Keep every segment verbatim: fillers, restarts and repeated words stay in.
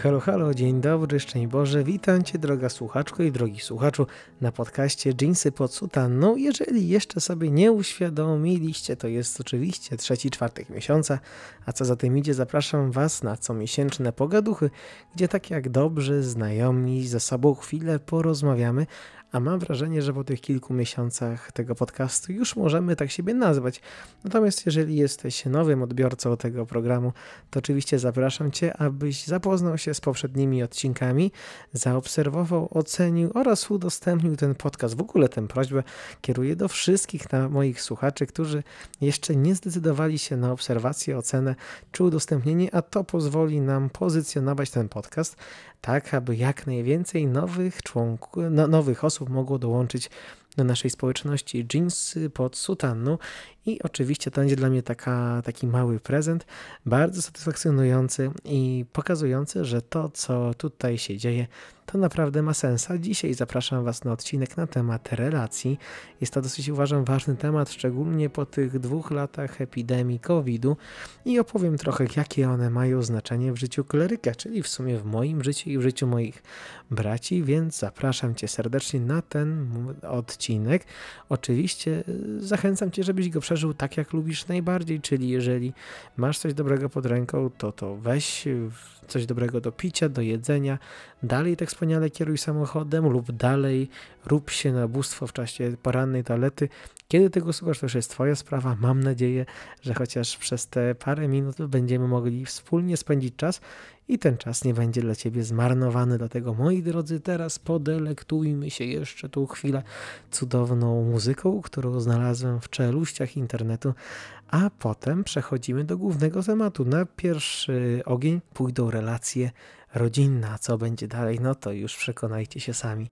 Halo, halo, dzień dobry, szczęść Boże, witam Cię droga słuchaczko i drogi słuchaczu na podcaście Dżinsy pod sutanną. Jeżeli jeszcze sobie nie uświadomiliście, to jest oczywiście trzeci czwartek miesiąca, a co za tym idzie, zapraszam Was na comiesięczne pogaduchy, gdzie tak jak dobrzy znajomi ze sobą chwilę porozmawiamy, a mam wrażenie, że po tych kilku miesiącach tego podcastu już możemy tak siebie nazwać. Natomiast jeżeli jesteś nowym odbiorcą tego programu, to oczywiście zapraszam Cię, abyś zapoznał się z poprzednimi odcinkami, zaobserwował, ocenił oraz udostępnił ten podcast. W ogóle tę prośbę kieruję do wszystkich na moich słuchaczy, którzy jeszcze nie zdecydowali się na obserwację, ocenę czy udostępnienie, a to pozwoli nam pozycjonować ten podcast tak, aby jak najwięcej nowych członków, no, nowych osób mogło dołączyć do naszej społeczności Dżinsy pod sutanną. I oczywiście to będzie dla mnie taka, taki mały prezent, bardzo satysfakcjonujący i pokazujący, że to, co tutaj się dzieje, to naprawdę ma sens. A dzisiaj zapraszam Was na odcinek na temat relacji. Jest to dosyć, uważam, ważny temat, szczególnie po tych dwóch latach epidemii kowida i opowiem trochę, jakie one mają znaczenie w życiu kleryka, czyli w sumie w moim życiu i w życiu moich braci, więc zapraszam Cię serdecznie na ten odcinek. Oczywiście zachęcam Cię, żebyś go przeżył tak, jak lubisz najbardziej, czyli jeżeli masz coś dobrego pod ręką, to to weź coś dobrego do picia, do jedzenia, dalej tak wspaniale kieruj samochodem lub dalej rób się na bóstwo w czasie porannej toalety. Kiedy tego słuchasz, to już jest Twoja sprawa. Mam nadzieję, że chociaż przez te parę minut będziemy mogli wspólnie spędzić czas i ten czas nie będzie dla Ciebie zmarnowany. Dlatego, moi drodzy, teraz podelektujmy się jeszcze tą chwilę cudowną muzyką, którą znalazłem w czeluściach internetu, a potem przechodzimy do głównego tematu. Na pierwszy ogień pójdą relacje rodzinne, a co będzie dalej, no to już przekonajcie się sami.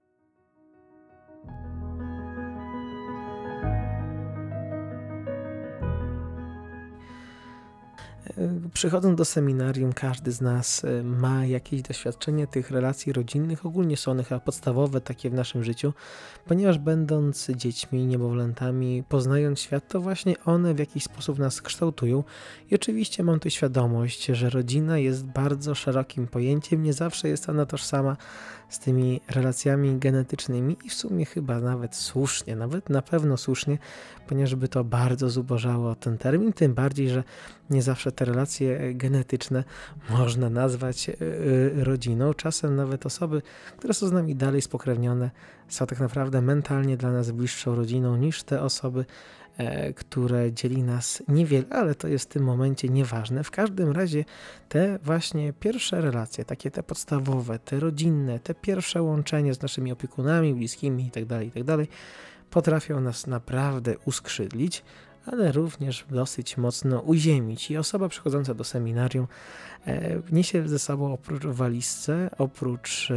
Przychodząc do seminarium, każdy z nas ma jakieś doświadczenie tych relacji rodzinnych. Ogólnie są one chyba podstawowe takie w naszym życiu, ponieważ będąc dziećmi, niemowlętami, poznając świat, to właśnie one w jakiś sposób nas kształtują. I oczywiście mam tu świadomość, że rodzina jest bardzo szerokim pojęciem, nie zawsze jest ona tożsama z tymi relacjami genetycznymi i w sumie chyba nawet słusznie, nawet na pewno słusznie, ponieważ by to bardzo zubożało ten termin, tym bardziej, że nie zawsze te relacje genetyczne można nazwać yy, rodziną. Czasem nawet osoby, które są z nami dalej spokrewnione, są tak naprawdę mentalnie dla nas bliższą rodziną niż te osoby, e, które dzieli nas niewiele, ale to jest w tym momencie nieważne. W każdym razie te właśnie pierwsze relacje, takie te podstawowe, te rodzinne, te pierwsze łączenie z naszymi opiekunami, bliskimi itd., itd. potrafią nas naprawdę uskrzydlić, ale również dosyć mocno uziemić. I osoba przychodząca do seminarium e, niesie ze sobą oprócz walizce, oprócz e,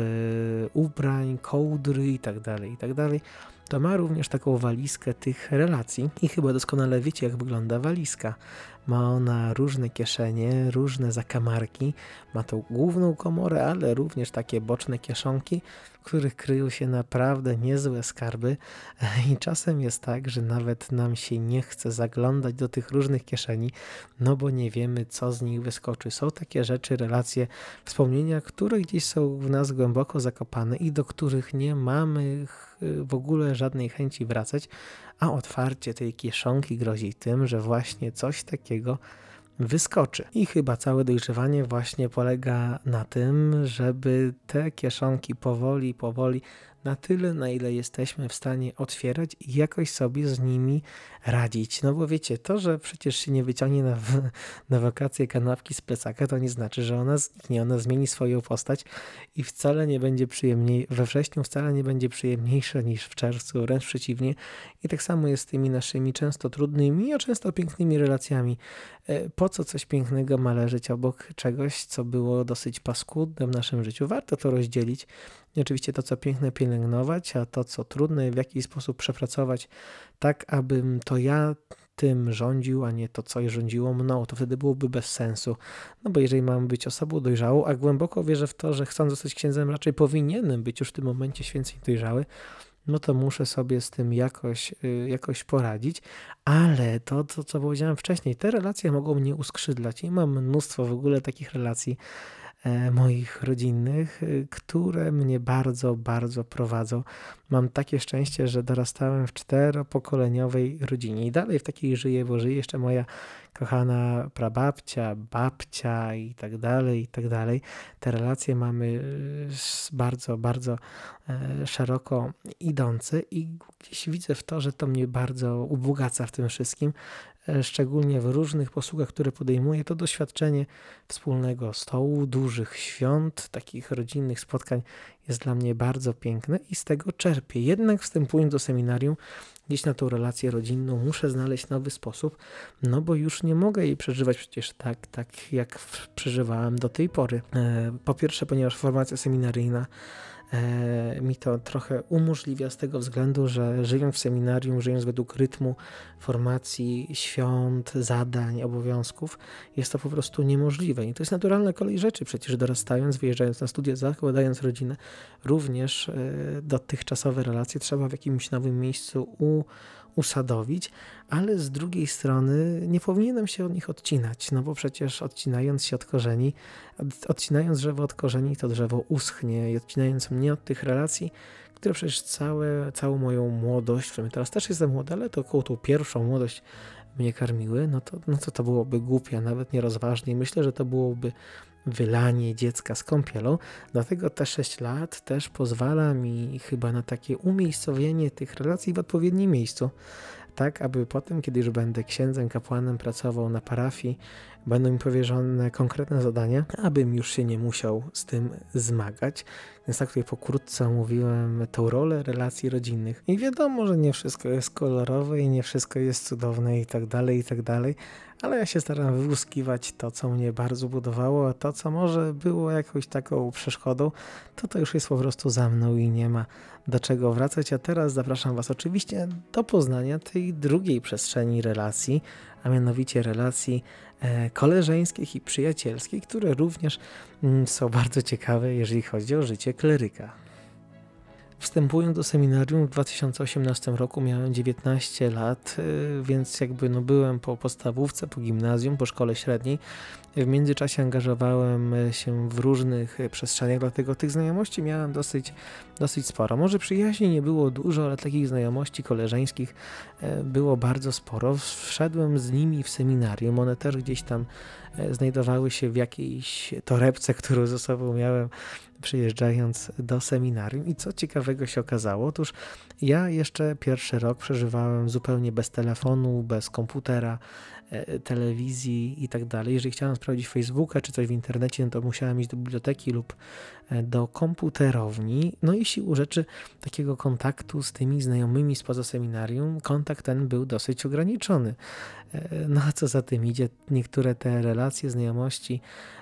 ubrań, kołdry itd., itd., to ma również taką walizkę tych relacji i chyba doskonale wiecie, jak wygląda walizka. Ma ona różne kieszenie, różne zakamarki, ma tą główną komorę, ale również takie boczne kieszonki, w których kryją się naprawdę niezłe skarby i czasem jest tak, że nawet nam się nie chce zaglądać do tych różnych kieszeni, no bo nie wiemy, co z nich wyskoczy. Są takie rzeczy, relacje, wspomnienia, które gdzieś są w nas głęboko zakopane i do których nie mamy w ogóle żadnej chęci wracać, a otwarcie tej kieszonki grozi tym, że właśnie coś takiego wyskoczy. I chyba całe dojrzewanie właśnie polega na tym, żeby te kieszonki powoli, powoli, na tyle, na ile jesteśmy w stanie otwierać i jakoś sobie z nimi radzić. No bo wiecie, to, że przecież się nie wyciągnie na, na wakacje kanapki z plecaka, to nie znaczy, że ona zniknie, ona zmieni swoją postać i wcale nie będzie przyjemniej, we wrześniu wcale nie będzie przyjemniejsza niż w czerwcu, wręcz przeciwnie. I tak samo jest z tymi naszymi często trudnymi, a często pięknymi relacjami. Po co coś pięknego ma leżeć obok czegoś, co było dosyć paskudne w naszym życiu? Warto to rozdzielić. I oczywiście to, co piękne, pielęgnować, a to, co trudne, w jakiś sposób przepracować tak, abym to ja tym rządził, a nie to coś rządziło mną, to wtedy byłoby bez sensu. No bo jeżeli mam być osobą dojrzałą, a głęboko wierzę w to, że chcąc zostać księdzem, raczej powinienem być już w tym momencie święcej dojrzały, no to muszę sobie z tym jakoś, jakoś poradzić, ale to, to, co powiedziałem wcześniej, te relacje mogą mnie uskrzydlać i mam mnóstwo w ogóle takich relacji, e, moich rodzinnych, e, które mnie bardzo, bardzo prowadzą. Mam takie szczęście, że dorastałem w czteropokoleniowej rodzinie i dalej w takiej żyję, bo żyje jeszcze moja kochana prababcia, babcia i tak dalej, i tak dalej. Te relacje mamy e, s- bardzo, bardzo e, szeroko idące i gdzieś widzę w to, że to mnie bardzo ubogaca w tym wszystkim, e, szczególnie w różnych posługach, które podejmuję, to doświadczenie wspólnego stołu, dużych świąt, takich rodzinnych spotkań jest dla mnie bardzo piękne i z tego czerpię. Jednak wstępując do seminarium, gdzieś na tą relację rodzinną muszę znaleźć nowy sposób, no bo już nie mogę jej przeżywać przecież tak, tak jak w- przeżywałem do tej pory. E, Po pierwsze, ponieważ formacja seminaryjna e, mi to trochę umożliwia z tego względu, że żyjąc w seminarium, żyjąc według rytmu formacji, świąt, zadań, obowiązków, jest to po prostu niemożliwe. I to jest naturalna kolej rzeczy. Przecież dorastając, wyjeżdżając na studia, zakładając rodzinę, również e, dotychczasowe relacje trzeba w jakimś nowym miejscu u, usadowić, ale z drugiej strony nie powinienem się od nich odcinać, no bo przecież odcinając się od korzeni, od- odcinając drzewo od korzeni, to drzewo uschnie i odcinając mnie od tych relacji, które przecież całe, całą moją młodość, w sumie teraz też jestem młody, ale to około tą pierwszą młodość mnie karmiły, no to, no to to byłoby głupie, nawet nierozważnie. I myślę, że to byłoby wylanie dziecka z kąpielą, dlatego te sześć lat też pozwala mi chyba na takie umiejscowienie tych relacji w odpowiednim miejscu, tak aby potem, kiedy już będę księdzem, kapłanem, pracował na parafii, będą mi powierzone konkretne zadania, abym już się nie musiał z tym zmagać. Więc tak tutaj pokrótce omówiłem tą rolę relacji rodzinnych. I wiadomo, że nie wszystko jest kolorowe i nie wszystko jest cudowne i tak dalej, i tak dalej, ale ja się staram wyłuskiwać to, co mnie bardzo budowało, a to, co może było jakąś taką przeszkodą, to to już jest po prostu za mną i nie ma do czego wracać. A teraz zapraszam Was oczywiście do poznania tej drugiej przestrzeni relacji, a mianowicie relacji e, koleżeńskich i przyjacielskich, które również mm, są bardzo ciekawe, jeżeli chodzi o życie kleryka. Wstępując do seminarium w dwa tysiące osiemnastym roku miałem dziewiętnaście lat, y, więc jakby no byłem po podstawówce, po gimnazjum, po szkole średniej. W międzyczasie angażowałem się w różnych przestrzeniach, dlatego tych znajomości miałem dosyć, dosyć sporo. Może przyjaźni nie było dużo, ale takich znajomości koleżeńskich e, było bardzo sporo. Wszedłem z nimi w seminarium, one też gdzieś tam e, znajdowały się w jakiejś torebce, którą ze sobą miałem przyjeżdżając do seminarium. I co ciekawego się okazało? Otóż ja jeszcze pierwszy rok przeżywałem zupełnie bez telefonu, bez komputera, e, telewizji i tak dalej. Jeżeli chciałem sprawdzić Facebooka czy coś w internecie, no to musiałem iść do biblioteki lub e, do komputerowni. No i siłą rzeczy takiego kontaktu z tymi znajomymi spoza seminarium, kontakt ten był dosyć ograniczony. E, No a co za tym idzie, niektóre te relacje, znajomości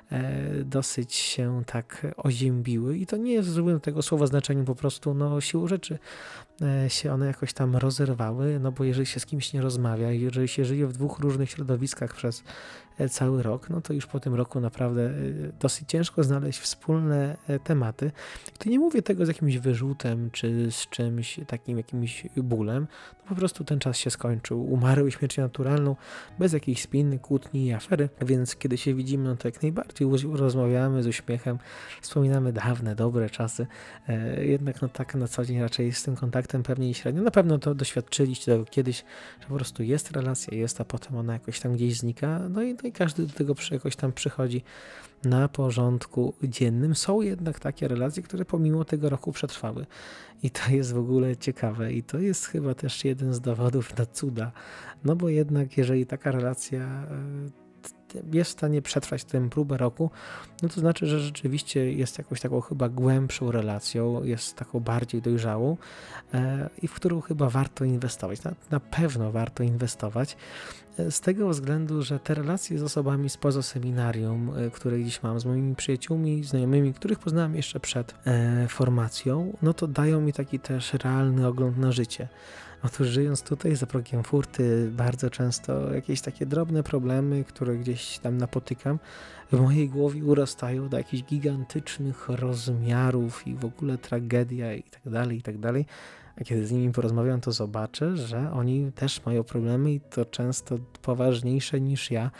e, dosyć się tak oziębiły i to nie jest w złym tego słowa znaczeniu, po prostu no siłą rzeczy e, się one jakoś tam rozerwały, no bo jeżeli się z kimś nie rozmawia, jeżeli się żyje w dwóch różnych środowiskach przez e, cały rok, no to już po tym roku naprawdę e, dosyć ciężko znaleźć wspólne e, tematy. I tu nie mówię tego z jakimś wyrzutem, czy z czymś takim jakimś bólem, no po prostu ten czas się skończył, umarły śmiercią naturalną, bez jakichś spin, kłótni i afery, więc kiedy się widzimy, no to jak najbardziej rozmawiamy z uśmiechem, wspominamy dawne, dobre czasy, e, jednak no tak na co dzień raczej z tym kontaktem pewnie i średnio. Na pewno to doświadczyliście tego kiedyś, że po prostu jest relacja, jest, a potem ona jakoś tam gdzieś znika, no i, no i każdy do tego przy, jakoś tam przychodzi na porządku dziennym. Są jednak takie relacje, które pomimo tego roku przetrwały i to jest w ogóle ciekawe i to jest chyba też jeden z dowodów na cuda, no bo jednak jeżeli taka relacja e, jest w stanie przetrwać tę próbę roku, no to znaczy, że rzeczywiście jest jakąś taką chyba głębszą relacją, jest taką bardziej dojrzałą e, i w którą chyba warto inwestować. Na, na pewno warto inwestować e, z tego względu, że te relacje z osobami spoza seminarium, e, które dziś mam, z moimi przyjaciółmi, znajomymi, których poznałem jeszcze przed e, formacją, no to dają mi taki też realny ogląd na życie. Otóż żyjąc tutaj za progiem furty, bardzo często jakieś takie drobne problemy, które gdzieś tam napotykam, w mojej głowie urastają do jakichś gigantycznych rozmiarów i w ogóle tragedia i tak dalej, i tak dalej. A kiedy z nimi porozmawiam, to zobaczę, że oni też mają problemy i to często poważniejsze niż ja.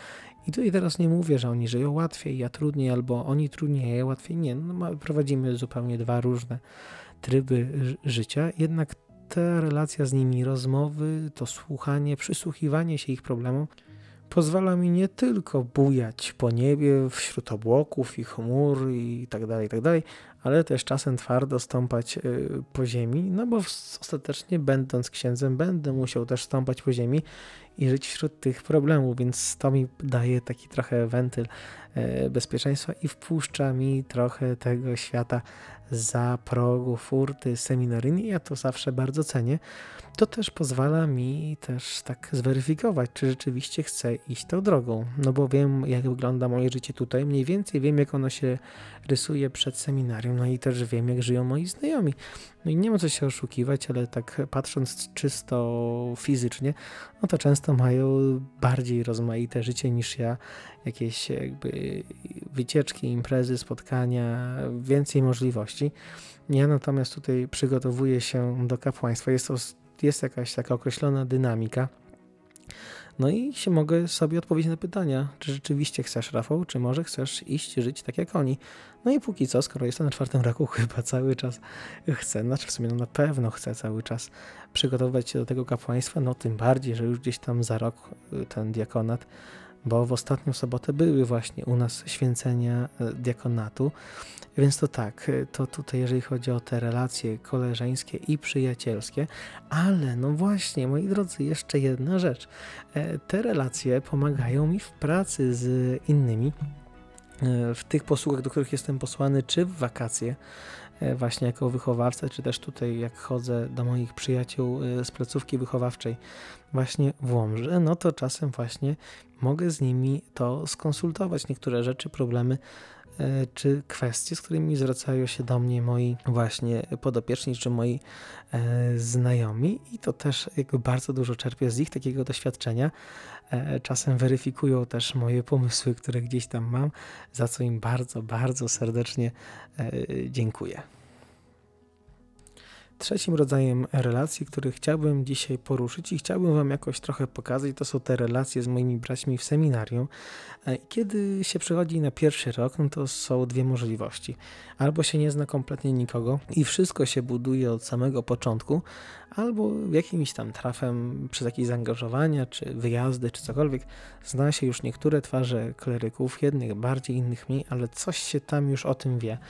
I tutaj teraz nie mówię, że oni żyją łatwiej, ja trudniej, albo oni trudniej, a ja łatwiej. Nie, no, prowadzimy zupełnie dwa różne tryby życia, jednak ta relacja z nimi, rozmowy, to słuchanie, przysłuchiwanie się ich problemom pozwala mi nie tylko bujać po niebie wśród obłoków i chmur i tak dalej, i tak dalej, ale też czasem twardo stąpać po ziemi, no bo ostatecznie będąc księdzem będę musiał też stąpać po ziemi i żyć wśród tych problemów, więc to mi daje taki trochę wentyl bezpieczeństwa i wpuszcza mi trochę tego świata za progu furty seminaryjnej. Ja to zawsze bardzo cenię. To też pozwala mi też tak zweryfikować, czy rzeczywiście chcę iść tą drogą, no bo wiem, jak wygląda moje życie tutaj, mniej więcej wiem, jak ono się rysuje przed seminarium, no i też wiem, jak żyją moi znajomi. No i nie ma co się oszukiwać, ale tak patrząc czysto fizycznie, no to często mają bardziej rozmaite życie niż ja, jakieś jakby wycieczki, imprezy, spotkania, więcej możliwości. Ja natomiast tutaj przygotowuję się do kapłaństwa. Jest to jest jakaś taka określona dynamika. No i się mogę sobie odpowiedzieć na pytania, czy rzeczywiście chcesz, Rafał, czy może chcesz iść żyć tak jak oni. No i póki co, skoro jestem na czwartym roku, chyba cały czas chcę, znaczy w sumie no na pewno chcę cały czas przygotowywać się do tego kapłaństwa, no tym bardziej, że już gdzieś tam za rok ten diakonat, bo w ostatnią sobotę były właśnie u nas święcenia diakonatu, więc to tak, to tutaj jeżeli chodzi o te relacje koleżeńskie i przyjacielskie, ale no właśnie, moi drodzy, jeszcze jedna rzecz. Te relacje pomagają mi w pracy z innymi, w tych posługach, do których jestem posłany, czy w wakacje, właśnie jako wychowawca, czy też tutaj jak chodzę do moich przyjaciół z placówki wychowawczej właśnie w Łomży, no to czasem właśnie mogę z nimi to skonsultować, niektóre rzeczy, problemy, czy kwestie, z którymi zwracają się do mnie moi właśnie podopieczni, czy moi e, znajomi i to też jakby bardzo dużo czerpię z ich takiego doświadczenia. E, czasem weryfikują też moje pomysły, które gdzieś tam mam, za co im bardzo, bardzo serdecznie e, dziękuję. Trzecim rodzajem relacji, który chciałbym dzisiaj poruszyć i chciałbym wam jakoś trochę pokazać, to są te relacje z moimi braćmi w seminarium. Kiedy się przychodzi na pierwszy rok, no to są dwie możliwości. Albo się nie zna kompletnie nikogo i wszystko się buduje od samego początku, albo jakimś tam trafem przez jakieś zaangażowania, czy wyjazdy, czy cokolwiek, zna się już niektóre twarze kleryków, jednych bardziej, innych mniej, ale coś się tam już o tym wie.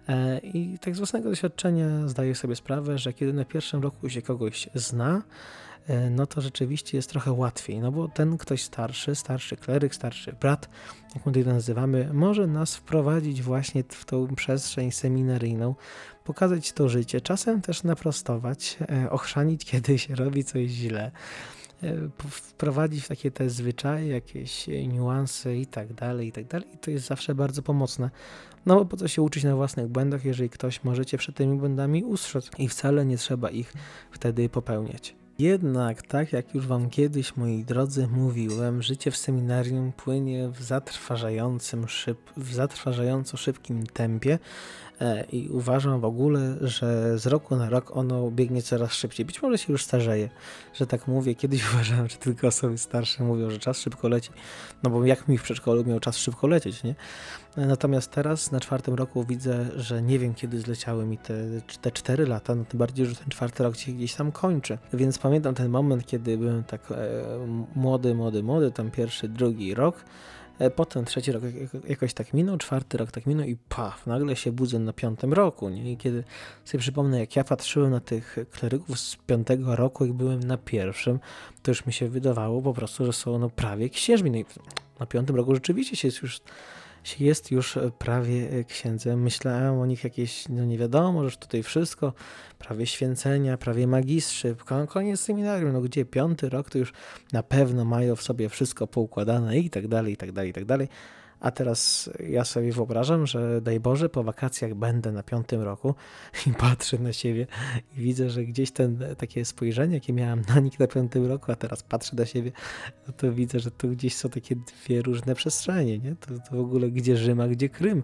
I tak z własnego doświadczenia zdaję sobie sprawę, że kiedy na pierwszym roku się kogoś zna, no to rzeczywiście jest trochę łatwiej, no bo ten ktoś starszy, starszy kleryk, starszy brat, jak my to nazywamy, może nas wprowadzić właśnie w tą przestrzeń seminaryjną, pokazać to życie, czasem też naprostować, ochrzanić, kiedy się robi coś źle, wprowadzić w takie te zwyczaje, jakieś niuanse i tak dalej, i tak dalej. I to jest zawsze bardzo pomocne. No bo po co się uczyć na własnych błędach, jeżeli ktoś może cię przed tymi błędami ustrzec i wcale nie trzeba ich wtedy popełniać. Jednak, tak jak już wam kiedyś, moi drodzy, mówiłem, życie w seminarium płynie w zatrważającym szyb, w zatrważająco szybkim tempie e, i uważam w ogóle, że z roku na rok ono biegnie coraz szybciej. Być może się już starzeje, że tak mówię. Kiedyś uważałem, że tylko osoby starsze mówią, że czas szybko leci, no bo jak mi w przedszkolu miał czas szybko lecieć, nie? Natomiast teraz na czwartym roku widzę, że nie wiem, kiedy zleciały mi te, te cztery lata, no tym bardziej, że ten czwarty rok się gdzieś tam kończy. Więc pamiętam ten moment, kiedy byłem tak e, młody, młody, młody, tam pierwszy, drugi rok, e, potem trzeci rok jakoś tak minął, czwarty rok tak minął i paf, nagle się budzę na piątym roku, nie? I kiedy sobie przypomnę, jak ja patrzyłem na tych kleryków z piątego roku, jak byłem na pierwszym, to już mi się wydawało po prostu, że są no prawie księżmi. No i na piątym roku rzeczywiście się już jest już prawie księdzem. Myślałem o nich jakieś, no nie wiadomo, że tutaj wszystko, prawie święcenia, prawie magistrzy, koniec seminarium, no gdzie piąty rok to już na pewno mają w sobie wszystko poukładane i tak dalej, i tak dalej, i tak dalej. A teraz ja sobie wyobrażam, że daj Boże, po wakacjach będę na piątym roku i patrzę na siebie i widzę, że gdzieś ten takie spojrzenie, jakie miałem na nich na piątym roku, a teraz patrzę na siebie, no to widzę, że tu gdzieś są takie dwie różne przestrzenie, nie? To, to w ogóle gdzie Rzym, a gdzie Krym.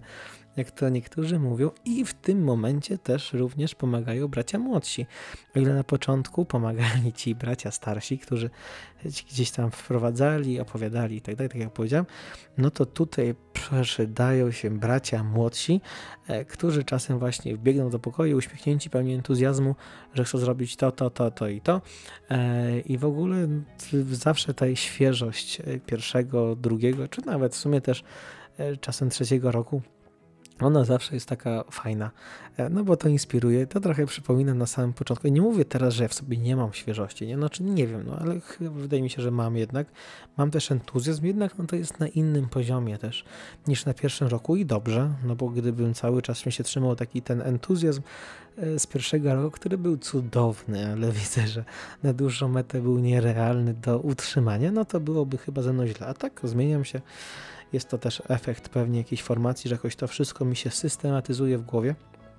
jak to niektórzy mówią, i w tym momencie też również pomagają bracia młodsi. O ile na początku pomagali ci bracia starsi, którzy gdzieś tam wprowadzali, opowiadali i tak dalej, tak jak powiedziałem, no to tutaj przydają się bracia młodsi, e, którzy czasem właśnie wbiegną do pokoju uśmiechnięci, pełni entuzjazmu, że chcą zrobić to, to, to, to i to. E, I w ogóle zawsze ta świeżość pierwszego, drugiego, czy nawet w sumie też e, czasem trzeciego roku, ona zawsze jest taka fajna, no bo to inspiruje, to trochę przypomina na samym początku. I nie mówię teraz, że ja w sobie nie mam świeżości, nie? Znaczy nie wiem, no ale chyba wydaje mi się, że mam jednak. Mam też entuzjazm, jednak no to jest na innym poziomie też niż na pierwszym roku i dobrze, no bo gdybym cały czas mi się trzymał taki ten entuzjazm z pierwszego roku, który był cudowny, ale widzę, że na dłuższą metę był nierealny do utrzymania, no to byłoby chyba ze mną źle. A tak zmieniam się. Jest to też efekt pewnie jakiejś formacji, że jakoś to wszystko mi się systematyzuje w głowie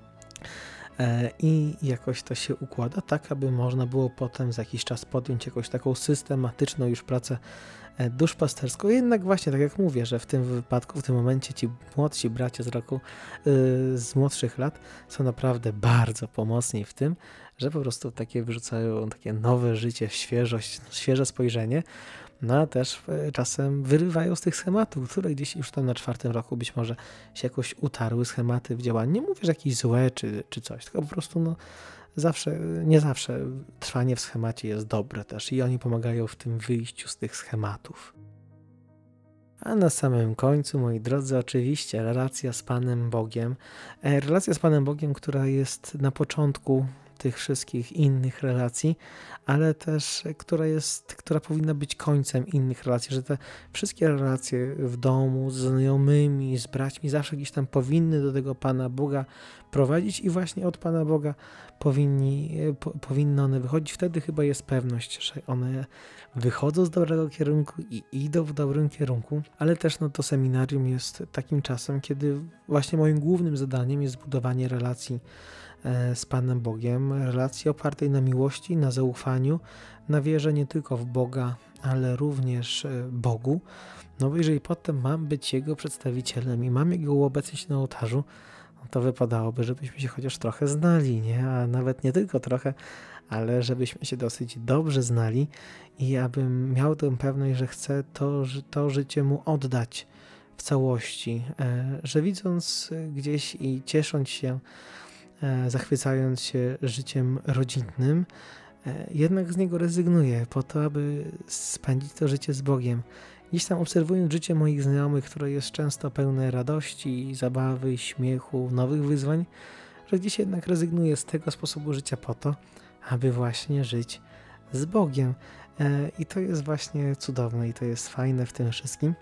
e, i jakoś to się układa tak, aby można było potem za jakiś czas podjąć jakąś taką systematyczną już pracę e, duszpasterską. Jednak właśnie tak jak mówię, że w tym wypadku, w tym momencie ci młodsi bracia z roku, e, z młodszych lat są naprawdę bardzo pomocni w tym, że po prostu takie wyrzucają takie nowe życie, świeżość, świeże spojrzenie. No a też czasem wyrywają z tych schematów, które gdzieś już tam na czwartym roku być może się jakoś utarły, schematy w działaniu. Nie mówię, że jakieś złe czy, czy coś, tylko po prostu no zawsze, nie zawsze trwanie w schemacie jest dobre też i oni pomagają w tym wyjściu z tych schematów. A na samym końcu, moi drodzy, oczywiście relacja z Panem Bogiem. E, Relacja z Panem Bogiem, która jest na początku tych wszystkich innych relacji, ale też która jest, która powinna być końcem innych relacji, że te wszystkie relacje w domu, z znajomymi, z braćmi zawsze gdzieś tam powinny do tego Pana Boga prowadzić i właśnie od Pana Boga powinni, po, powinny one wychodzić. Wtedy chyba jest pewność, że one wychodzą z dobrego kierunku i idą w dobrym kierunku, ale też no, to seminarium jest takim czasem, kiedy właśnie moim głównym zadaniem jest budowanie relacji z Panem Bogiem, relacji opartej na miłości, na zaufaniu, na wierze nie tylko w Boga, ale również Bogu. No bo jeżeli potem mam być Jego przedstawicielem i mam Jego uobecnić na ołtarzu, no to wypadałoby, żebyśmy się chociaż trochę znali, nie? A nawet nie tylko trochę, ale żebyśmy się dosyć dobrze znali i abym miał tę pewność, że chcę to, to życie Mu oddać w całości, że widząc gdzieś i ciesząc się, zachwycając się życiem rodzinnym, jednak z niego rezygnuję po to, aby spędzić to życie z Bogiem. Dziś tam obserwując życie moich znajomych, które jest często pełne radości, zabawy, śmiechu, nowych wyzwań, że dziś jednak rezygnuję z tego sposobu życia po to, aby właśnie żyć z Bogiem. I to jest właśnie cudowne i to jest fajne w tym wszystkim,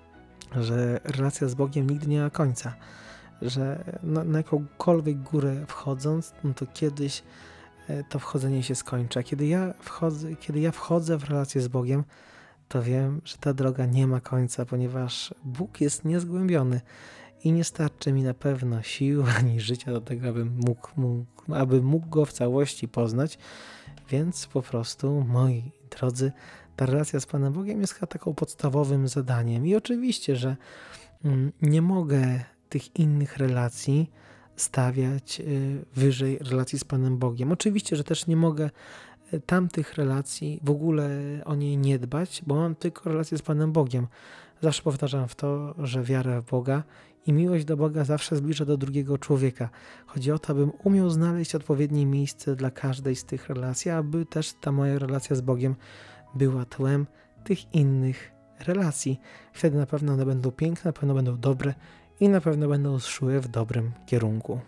że relacja z Bogiem nigdy nie ma końca. Że na, na jakąkolwiek górę wchodząc, no to kiedyś to wchodzenie się skończy. A kiedy ja wchodzę, kiedy ja wchodzę w relację z Bogiem, to wiem, że ta droga nie ma końca, ponieważ Bóg jest niezgłębiony i nie starczy mi na pewno sił ani życia do tego, abym mógł, mógł, aby mógł Go w całości poznać. Więc po prostu, moi drodzy, ta relacja z Panem Bogiem jest chyba taką podstawowym zadaniem. I oczywiście, że mm, nie mogę tych innych relacji stawiać wyżej relacji z Panem Bogiem. Oczywiście, że też nie mogę tamtych relacji w ogóle o niej nie dbać, bo mam tylko relację z Panem Bogiem. Zawsze powtarzam w to, że wiara w Boga i miłość do Boga zawsze zbliża do drugiego człowieka. Chodzi o to, abym umiał znaleźć odpowiednie miejsce dla każdej z tych relacji, aby też ta moja relacja z Bogiem była tłem tych innych relacji. Wtedy na pewno one będą piękne, na pewno będą dobre i na pewno będą szły w dobrym kierunku.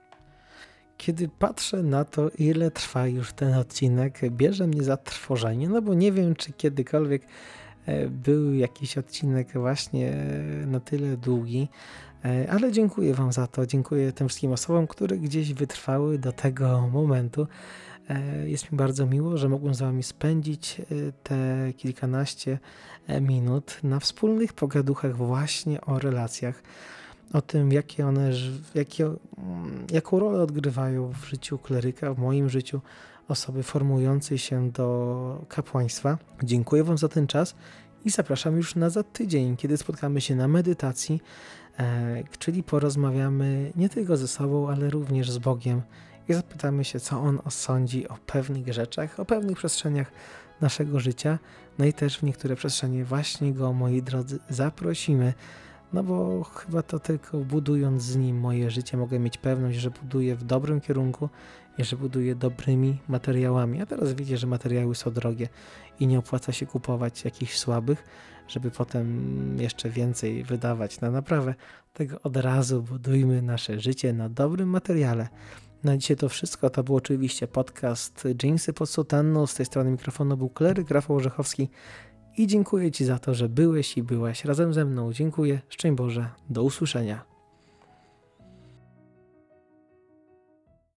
Kiedy patrzę na to, ile trwa już ten odcinek, bierze mnie za trwożenie, no bo nie wiem, czy kiedykolwiek był jakiś odcinek właśnie na tyle długi, ale dziękuję Wam za to, dziękuję tym wszystkim osobom, które gdzieś wytrwały do tego momentu. Jest mi bardzo miło, że mogłem z Wami spędzić te kilkanaście minut na wspólnych pogaduchach właśnie o relacjach, o tym, jakie one, jakie, jaką rolę odgrywają w życiu kleryka, w moim życiu osoby formującej się do kapłaństwa. Dziękuję Wam za ten czas i zapraszam już na za tydzień, kiedy spotkamy się na medytacji e, czyli porozmawiamy nie tylko ze sobą, ale również z Bogiem i zapytamy się, co On sądzi o pewnych rzeczach, o pewnych przestrzeniach naszego życia, no i też w niektóre przestrzenie właśnie Go, moi drodzy, zaprosimy, no bo chyba to tylko budując z Nim moje życie mogę mieć pewność, że buduję w dobrym kierunku i że buduję dobrymi materiałami. A teraz wiecie, że materiały są drogie i nie opłaca się kupować jakichś słabych, żeby potem jeszcze więcej wydawać na naprawę. Tego od razu budujmy nasze życie na dobrym materiale. Na dzisiaj to wszystko. To był oczywiście podcast Dżinsy pod sutanną. Z tej strony mikrofonu był kleryk Rafał Orzechowski i dziękuję Ci za to, że byłeś i byłaś razem ze mną. Dziękuję. Szczęść Boże. Do usłyszenia.